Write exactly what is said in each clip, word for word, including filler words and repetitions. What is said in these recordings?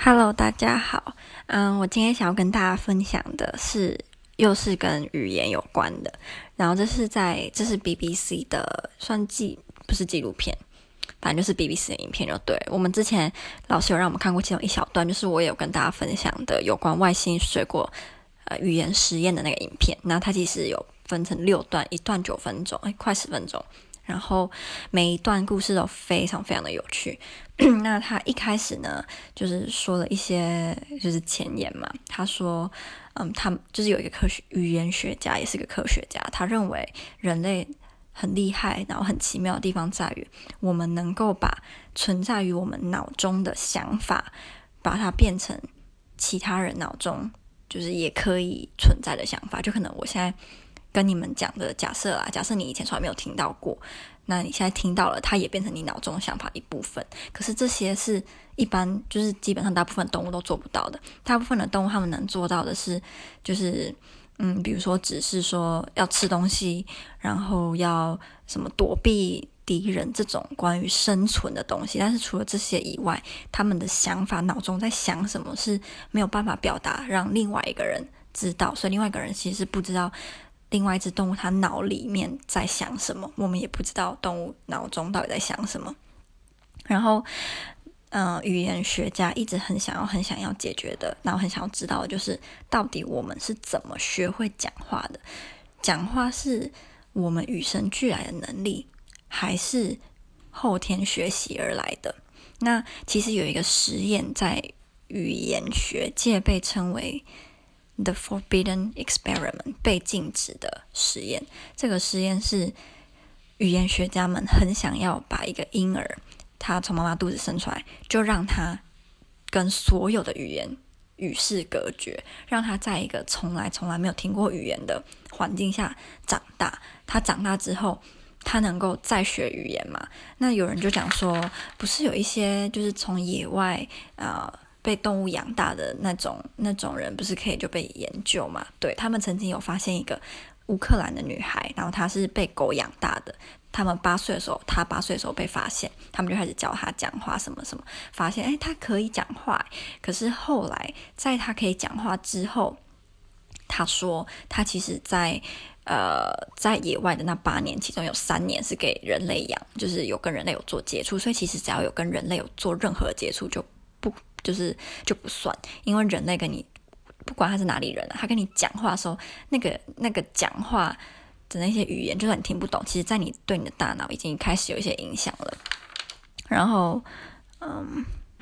Hello，大家好。嗯，我今天想要跟大家分享的是，又是跟语言有关的。然后这是在这是 B B C 的算纪不是纪录片，反正就是 B B C 的影片就对了。我们之前老师有让我们看过其中一小段，就是我也有跟大家分享的有关外星水果呃语言实验的那个影片。那它其实有分成六段，一段九分钟，哎，快十分钟。然后每一段故事都非常非常的有趣。那他一开始呢，就是说了一些就是前言嘛。他说，嗯，他就是有一个科学语言学家，也是个科学家，他认为人类很厉害，然后很奇妙的地方在于，我们能够把存在于我们脑中的想法，把它变成其他人脑中就是也可以存在的想法。就可能我现在跟你们讲的假设啦，假设你以前从来没有听到过，那你现在听到了，它也变成你脑中想法一部分。可是这些是一般就是基本上大部分动物都做不到的。大部分的动物它们能做到的是，就是嗯，比如说只是说要吃东西，然后要什么躲避敌人这种关于生存的东西。但是除了这些以外，他们的想法脑中在想什么是没有办法表达，让另外一个人知道。所以另外一个人其实是不知道另外一只动物它脑里面在想什么，我们也不知道动物脑中到底在想什么。然后嗯、呃，语言学家一直很想要很想要解决的，然后很想要知道的就是到底我们是怎么学会讲话的。讲话是我们与生俱来的能力，还是后天学习而来的？那其实有一个实验在语言学界被称为The Forbidden Experiment， 被禁止的实验。这个实验是语言学家们很想要把一个婴儿，他从妈妈肚子生出来，就让他跟所有的语言与世隔绝，让他在一个从来从来没有听过语言的环境下长大。他长大之后，他能够再学语言嘛？那有人就讲说，不是有一些就是从野外呃被动物养大的那种那种人，不是可以就被研究嘛？对，他们曾经有发现一个乌克兰的女孩，然后她是被狗养大的。他们八岁的时候，她八岁的时候被发现，他们就开始教她讲话什么什么，发现哎，她可以讲话。可是后来，在她可以讲话之后，她说她其实在呃在野外的那八年，其中有三年是给人类养，就是有跟人类有做接触，所以其实只要有跟人类有做任何接触，就不就是就不算，因为人类跟你不管他是哪里人、啊，他跟你讲话的时候，那个那个讲话的那些语言，就算你听不懂，其实在你对你的大脑已经开始有一些影响了。然后，嗯，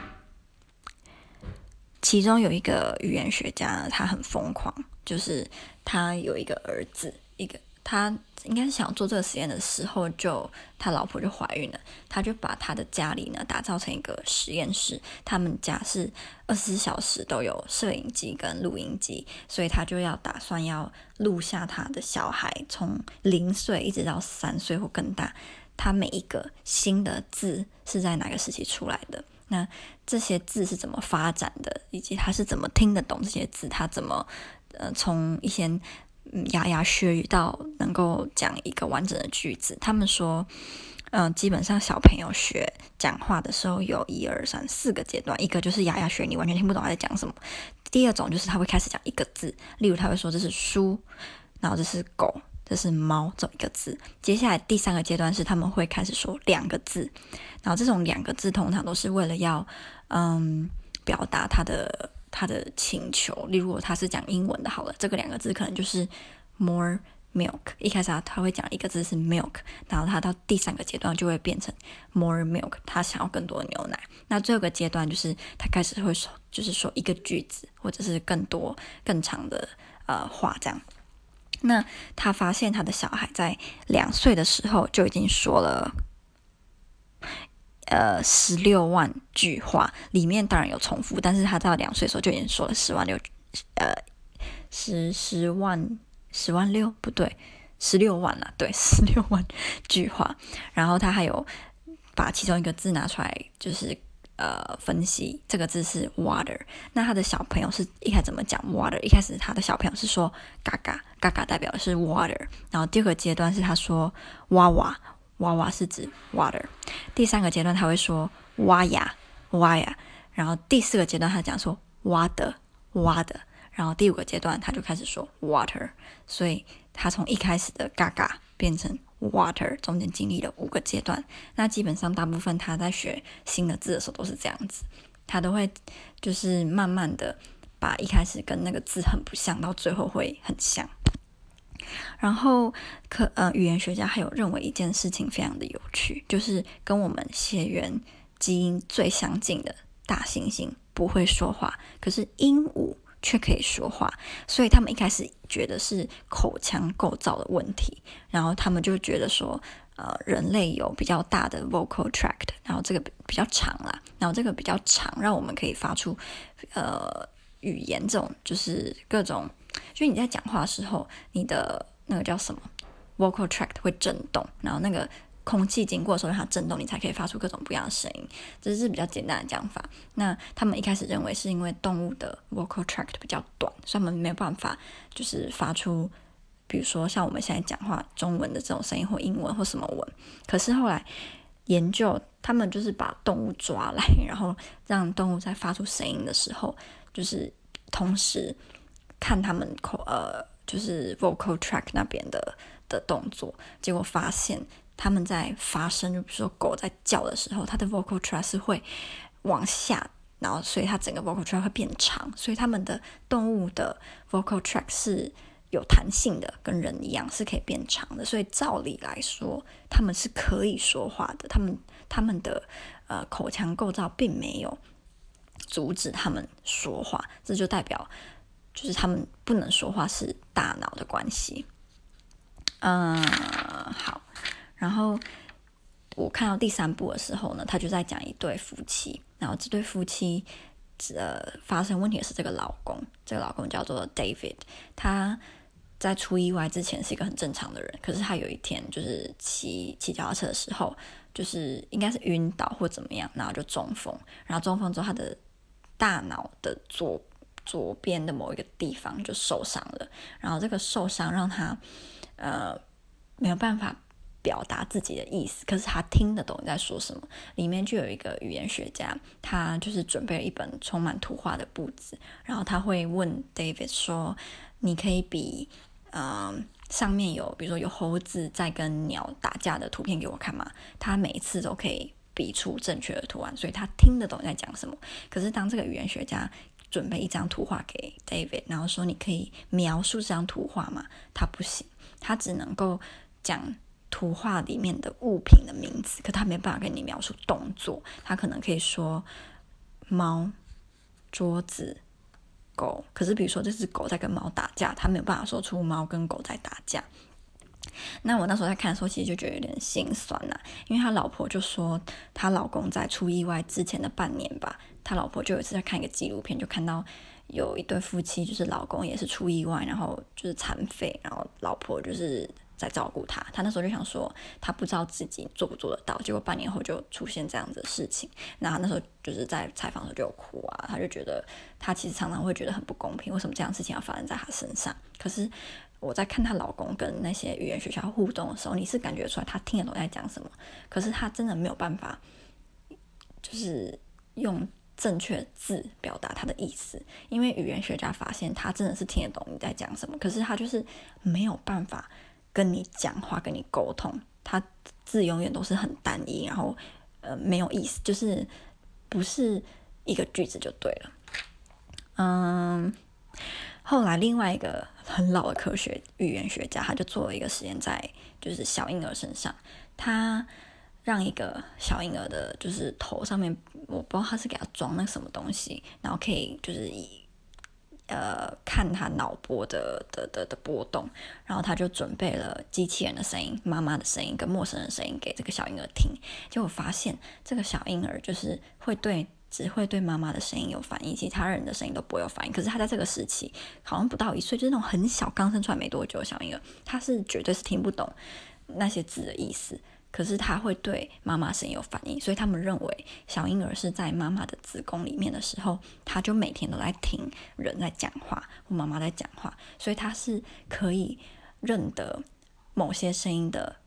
其中有一个语言学家呢，他很疯狂，就是他有一个儿子，一个他应该是想做这个实验的时候就，他老婆就怀孕了，他就把他的家里呢打造成一个实验室。他们家是二十四小时都有摄影机跟录音机，所以他就要打算要录下他的小孩从零岁一直到三岁或更大，他每一个新的字是在哪个时期出来的。那这些字是怎么发展的，以及他是怎么听得懂这些字，他怎么呃从一些嗯牙牙学语到能够讲一个完整的句子。他们说嗯、呃，基本上小朋友学讲话的时候有一二三四个阶段，一个就是牙牙学，你完全听不懂他在讲什么。第二种就是他会开始讲一个字，例如他会说这是书，然后这是狗，这是猫，这种一个字。接下来第三个阶段是他们会开始说两个字，然后这种两个字通常都是为了要嗯表达他的他的请求。例如他是讲英文的，好了，这个两个字可能就是 more milk， 一开始他他会讲一个字是 milk， 然后他到第三个阶段就会变成 more milk， 他想要更多的牛奶。那最后一个阶段就是他开始会说，就是说一个句子或者是更多更长的呃话这样。那他发现他的小孩在两岁的时候就已经说了呃十六万句话，里面当然有重复，但是他到两岁的时候就已经说了十万六呃十十万十万六不对十六万啦，对十六万句话。然后他还有把其中一个字拿出来，就是呃，分析这个字是 water。 那他的小朋友是一开始怎么讲 water？ 一开始他的小朋友是说嘎嘎，嘎嘎代表的是 water， 然后第二个阶段是他说哇哇，哇哇是指 water。 第三个阶段他会说哇呀哇呀， 然后第四个阶段他讲说 water water， 然后第五个阶段他就开始说 water， 所以他从一开始的嘎嘎变成 water， 中间经历了五个阶段。那基本上大部分他在学新的字的时候都是这样子，他都会就是慢慢的把一开始跟那个字很不像，到最后会很像。然后可呃，语言学家还有认为一件事情非常的有趣，就是跟我们血缘基因最相近的大猩猩不会说话，可是鹦鹉却可以说话，所以他们一开始觉得是口腔构造的问题，然后他们就觉得说呃，人类有比较大的 vocal tract， 然后这个比较长啦，然后这个比较长让我们可以发出呃语言这种就是各种，就是你在讲话的时候你的那个叫什么 vocal tract 会震动，然后那个空气经过的时候让它震动，你才可以发出各种不一样的声音，这是比较简单的讲法。那他们一开始认为是因为动物的 vocal tract 比较短，所以他们没有办法就是发出比如说像我们现在讲话中文的这种声音或英文或什么文。可是后来研究他们就是把动物抓来，然后让动物在发出声音的时候就是同时看他们口呃就是 vocal tract 那边的的动作，结果发现他们在发声，就比如说狗在叫的时候，它的 vocal tract 是会往下，然后所以它整个 vocal tract 会变长，所以他们的动物的 vocal tract 是有弹性的，跟人一样是可以变长的，所以照理来说他们是可以说话的，他们他们的呃口腔构造并没有阻止他们说话，这就代表就是他们不能说话是大脑的关系。嗯，好，然后我看到第三部的时候呢，他就在讲一对夫妻，然后这对夫妻呃发生问题的是这个老公，这个老公叫做 David， 他在出意外之前是一个很正常的人，可是他有一天就是骑骑脚踏车的时候，就是应该是晕倒或怎么样，然后就中风，然后中风之后他的大脑的左左边的某一个地方就受伤了，然后这个受伤让他呃没有办法表达自己的意思，可是他听得懂你在说什么。里面就有一个语言学家，他就是准备了一本充满图画的簿子，然后他会问 David 说，你可以比呃上面有比如说有猴子在跟鸟打架的图片给我看吗？他每一次都可以比出正确的图案，所以他听得懂你在讲什么。可是当这个语言学家准备一张图画给 David， 然后说你可以描述这张图画吗？他不行，他只能够讲图画里面的物品的名字，可他没办法跟你描述动作。他可能可以说猫、桌子、狗，可是比如说这只狗在跟猫打架，他没有办法说出猫跟狗在打架。那我那时候在看的时候，其实就觉得有点心酸啦、啊，因为他老婆就说，他老公在出意外之前的半年吧，他老婆就有一次在看一个纪录片，就看到有一对夫妻，就是老公也是出意外，然后就是残废，然后老婆就是在照顾他。他那时候就想说，他不知道自己做不做得到，结果半年后就出现这样子的事情。那他那时候就是在采访的时候就有哭啊，他就觉得他其实常常会觉得很不公平，为什么这样的事情要发生在他身上？可是我在看她老公跟那些语言学校互动的时候，你是感觉出来他听得懂在讲什么，可是他真的没有办法就是用正确的字表达他的意思，因为语言学家发现他真的是听得懂你在讲什么，可是他就是没有办法跟你讲话跟你沟通，他字永远都是很单一，然后呃没有意思，就是不是一个句子就对了。嗯，后来另外一个很老的科学语言学家，他就做了一个实验在就是小婴儿身上，他让一个小婴儿的就是头上面，我不知道他是给他装那什么东西，然后可以就是以呃看他脑波的的的的波动，然后他就准备了机器人的声音、妈妈的声音跟陌生人的声音给这个小婴儿听，结果发现这个小婴儿就是会对只会对妈妈的声音有反应，其他人的声音都不会有反应。可是他在这个时期好像不到一岁，就是那种很小刚生出来没多久的小婴儿，他是绝对是听不懂那些字的意思，可是他会对妈妈声音有反应，所以他们认为小婴儿是在妈妈的子宫里面的时候，他就每天都在听人在讲话或妈妈在讲话，所以他是可以认得某些声音的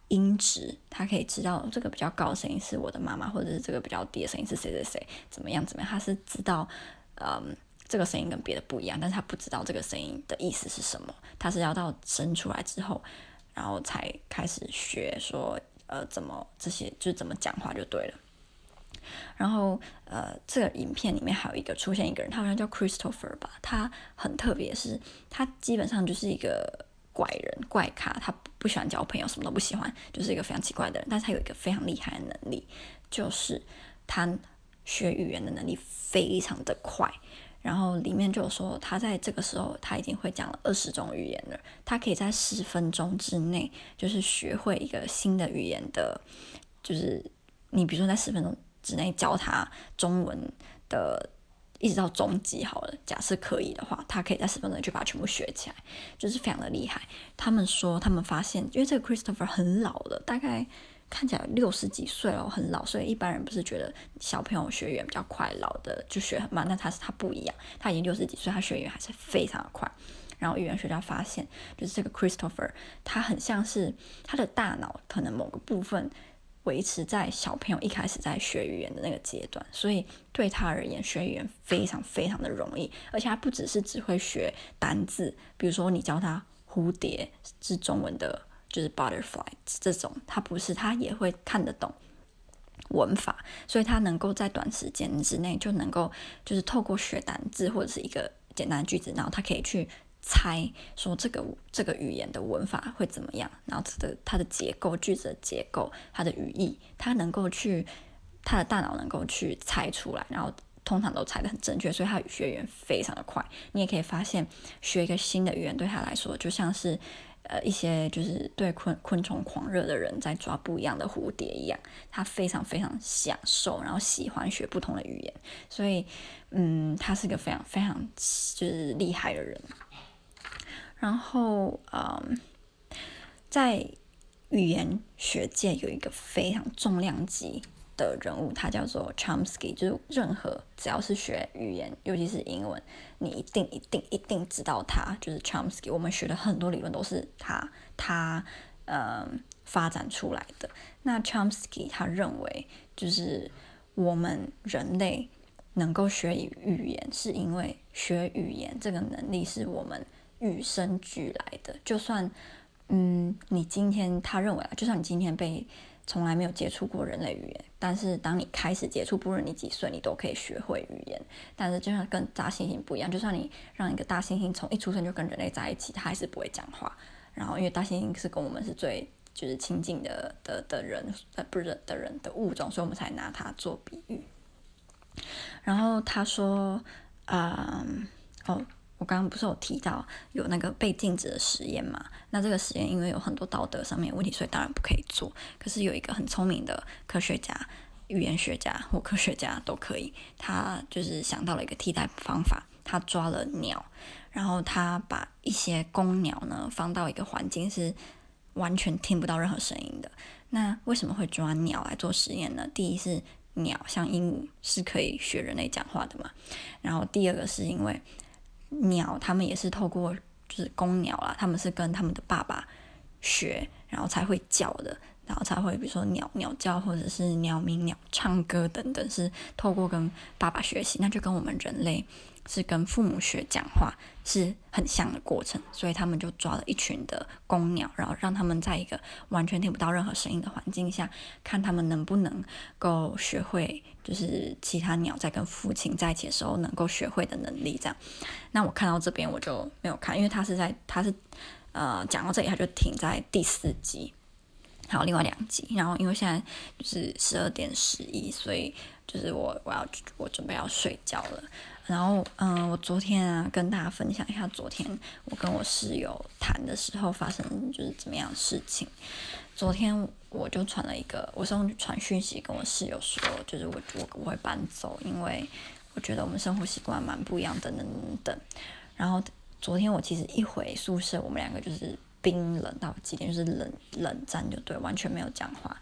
音质，他可以知道这个比较高的声音是我的妈妈，或者是这个比较低的声音是谁谁谁，怎么样怎么样，他是知道嗯这个声音跟别的不一样，但是他不知道这个声音的意思是什么，他是要到生出来之后，然后才开始学说呃怎么这些就是怎么讲话就对了。然后呃，这个影片里面还有一个出现一个人，他好像叫 Christopher 吧，他很特别，是他基本上就是一个怪人怪咖，他不喜欢交朋友，什么都不喜欢，就是一个非常奇怪的人。但是他有一个非常厉害的能力，就是他学语言的能力非常的快。然后里面就有说，他在这个时候他已经会讲了二十种语言了，他可以在十分钟之内就是学会一个新的语言的，就是你比如说在十分钟之内教他中文的一直到中级好了，假设可以的话，他可以在十分钟内就把它全部学起来，就是非常的厉害。他们说他们发现，因为这个 Christopher 很老了，大概看起来六十几岁了，很老，所以一般人不是觉得小朋友学语言比较快，老的就学很慢，但他是他不一样，他已经六十几岁，他学语言还是非常的快。然后语言学家发现，就是这个 Christopher 他很像是他的大脑可能某个部分维持在小朋友一开始在学语言的那个阶段，所以对他而言学语言非常非常的容易，而且他不只是只会学单字，比如说你教他蝴蝶是中文的就是 butterfly 这种，他不是，他也会看得懂文法，所以他能够在短时间之内就能够就是透过学单字或者是一个简单的句子，然后他可以去猜说这个这个语言的文法会怎么样，然后它的它的结构，句子的结构，它的语义，他能够去他的大脑能够去猜出来，然后通常都猜得很正确，所以他学语言非常的快。你也可以发现，学一个新的语言对他来说，就像是呃一些就是对昆昆虫狂热的人在抓不一样的蝴蝶一样，他非常非常享受，然后喜欢学不同的语言，所以嗯，他是个非常非常就是厉害的人。然后嗯，在语言学界有一个非常重量级的人物，他叫做 Chomsky， 就是任何只要是学语言，尤其是英文，你一定一定一定知道他，就是 Chomsky。我们学的很多理论都是他他呃发展出来的。那 Chomsky 他认为，就是我们人类能够学语言，是因为学语言这个能力是我们与生俱来的。就算嗯，你今天他认为啊，就算你今天被从来没有接触过人类语言，但是当你开始接触，不论你几岁，你都可以学会语言。但是就像跟大猩猩不一样，就算你让一个大猩猩从一出生就跟人类在一起，他还是不会讲话。然后因为大猩猩是跟我们是最就是亲近的的的人，呃，不是的人的物种，所以我们才拿它做比喻。然后他说，嗯，哦。我刚刚不是有提到有那个被禁止的实验嘛？那这个实验因为有很多道德上面的问题，所以当然不可以做。可是有一个很聪明的科学家、语言学家或科学家都可以，他就是想到了一个替代方法。他抓了鸟，然后他把一些公鸟呢放到一个环境是完全听不到任何声音的。那为什么会抓鸟来做实验呢？第一是鸟像鹦鹉是可以学人类讲话的嘛，然后第二个是因为鸟他们也是透过就是公鸟啦，他们是跟他们的爸爸学，然后才会叫的，然后才会比如说鸟鸟叫或者是鸟鸣鸟唱歌等等，是透过跟爸爸学习。那就跟我们人类是跟父母学讲话是很像的过程，所以他们就抓了一群的公鸟，然后让他们在一个完全听不到任何声音的环境下，看他们能不能够学会就是其他鸟在跟父亲在一起的时候能够学会的能力这样。那我看到这边我就没有看，因为他是在他是呃讲到这里他就停在第四集，还有另外两集。然后因为现在就是十二点十一，所以就是我我要我准备要睡觉了。然后嗯，我昨天啊跟大家分享一下昨天我跟我室友谈的时候发生就是怎么样的事情。昨天我就传了一个，我是用传讯息跟我室友说，就是我我我会搬走，因为我觉得我们生活习惯蛮不一样的等等等。然后昨天我其实一回宿舍，我们两个就是冰冷到极点，就是冷冷战就对，完全没有讲话。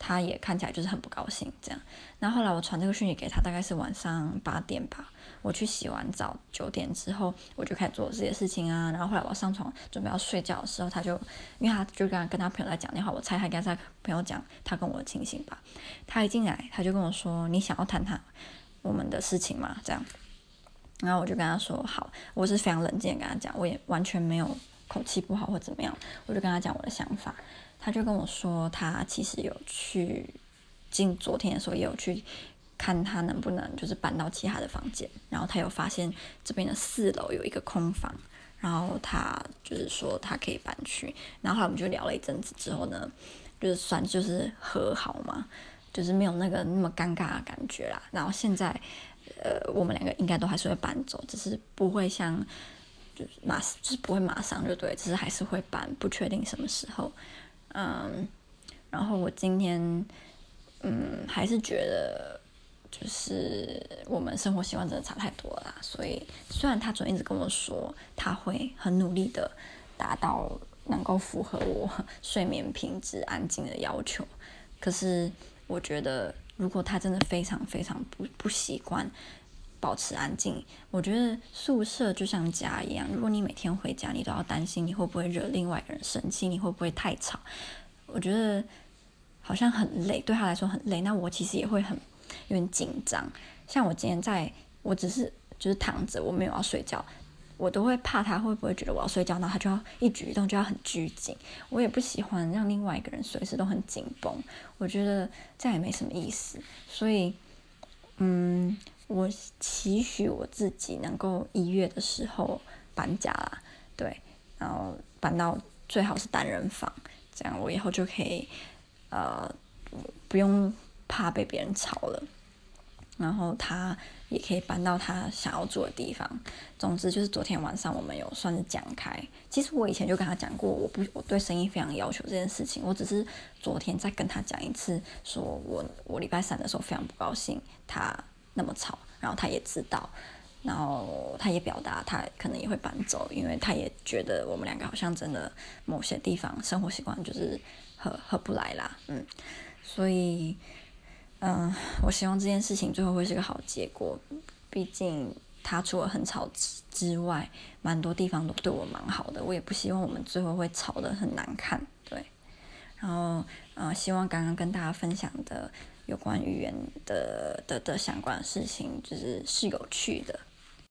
他也看起来就是很不高兴这样。然后后来我传这个讯息给他，大概是晚上八点吧，我去洗完澡，九点之后我就开始做这些事情啊。然后后来我上床准备要睡觉的时候，他就因为他就跟跟他朋友在讲电话，我猜他应该在朋友讲他跟我的情形吧。他一进来他就跟我说：“你想要谈谈我们的事情吗？”这样。然后我就跟他说好，我是非常冷静的跟他讲，我也完全没有口气不好或怎么样，我就跟他讲我的想法。他就跟我说他其实有去今昨天的时候也有去看他能不能就是搬到其他的房间，然后他有发现这边的四楼有一个空房，然后他就是说他可以搬去。然后后来我们就聊了一阵子之后呢，就是算就是和好嘛，就是没有那个那么尴尬的感觉啦。然后现在呃，我们两个应该都还是会搬走，只是不会像就是马就是不会马上就对，只是还是会搬，不确定什么时候。嗯，然后我今天嗯还是觉得就是我们生活习惯真的差太多了啦，所以虽然他昨天一直跟我说他会很努力的达到能够符合我睡眠品质安静的要求，可是我觉得如果他真的非常非常不不习惯保持安静，我觉得宿舍就像家一样，如果你每天回家你都要担心你会不会惹另外一个人生气，你会不会太吵，我觉得好像很累，对他来说很累。那我其实也会很有点紧张，像我今天在我只是就是躺着，我没有要睡觉，我都会怕他会不会觉得我要睡觉，然后他就要一举一动就要很拘谨，我也不喜欢让另外一个人随时都很紧绷，我觉得这样也没什么意思。所以嗯我期许我自己能够一月的时候搬家啦，对，然后搬到最好是单人房，这样我以后就可以呃不用怕被别人吵了，然后他也可以搬到他想要住的地方。总之就是昨天晚上我们有算是讲开，其实我以前就跟他讲过，我不我对声音非常要求这件事情，我只是昨天再跟他讲一次，说我我礼拜三的时候非常不高兴他那么吵，然后他也知道，然后他也表达他可能也会搬走，因为他也觉得我们两个好像真的某些地方生活习惯就是合合不来啦，嗯，所以嗯，我希望这件事情最后会是个好结果，毕竟他除了很吵之外，蛮多地方都对我蛮好的，我也不希望我们最后会吵得很难看，对。然后呃，希望刚刚跟大家分享的有关语言的的的相关的事情，就是是有趣的。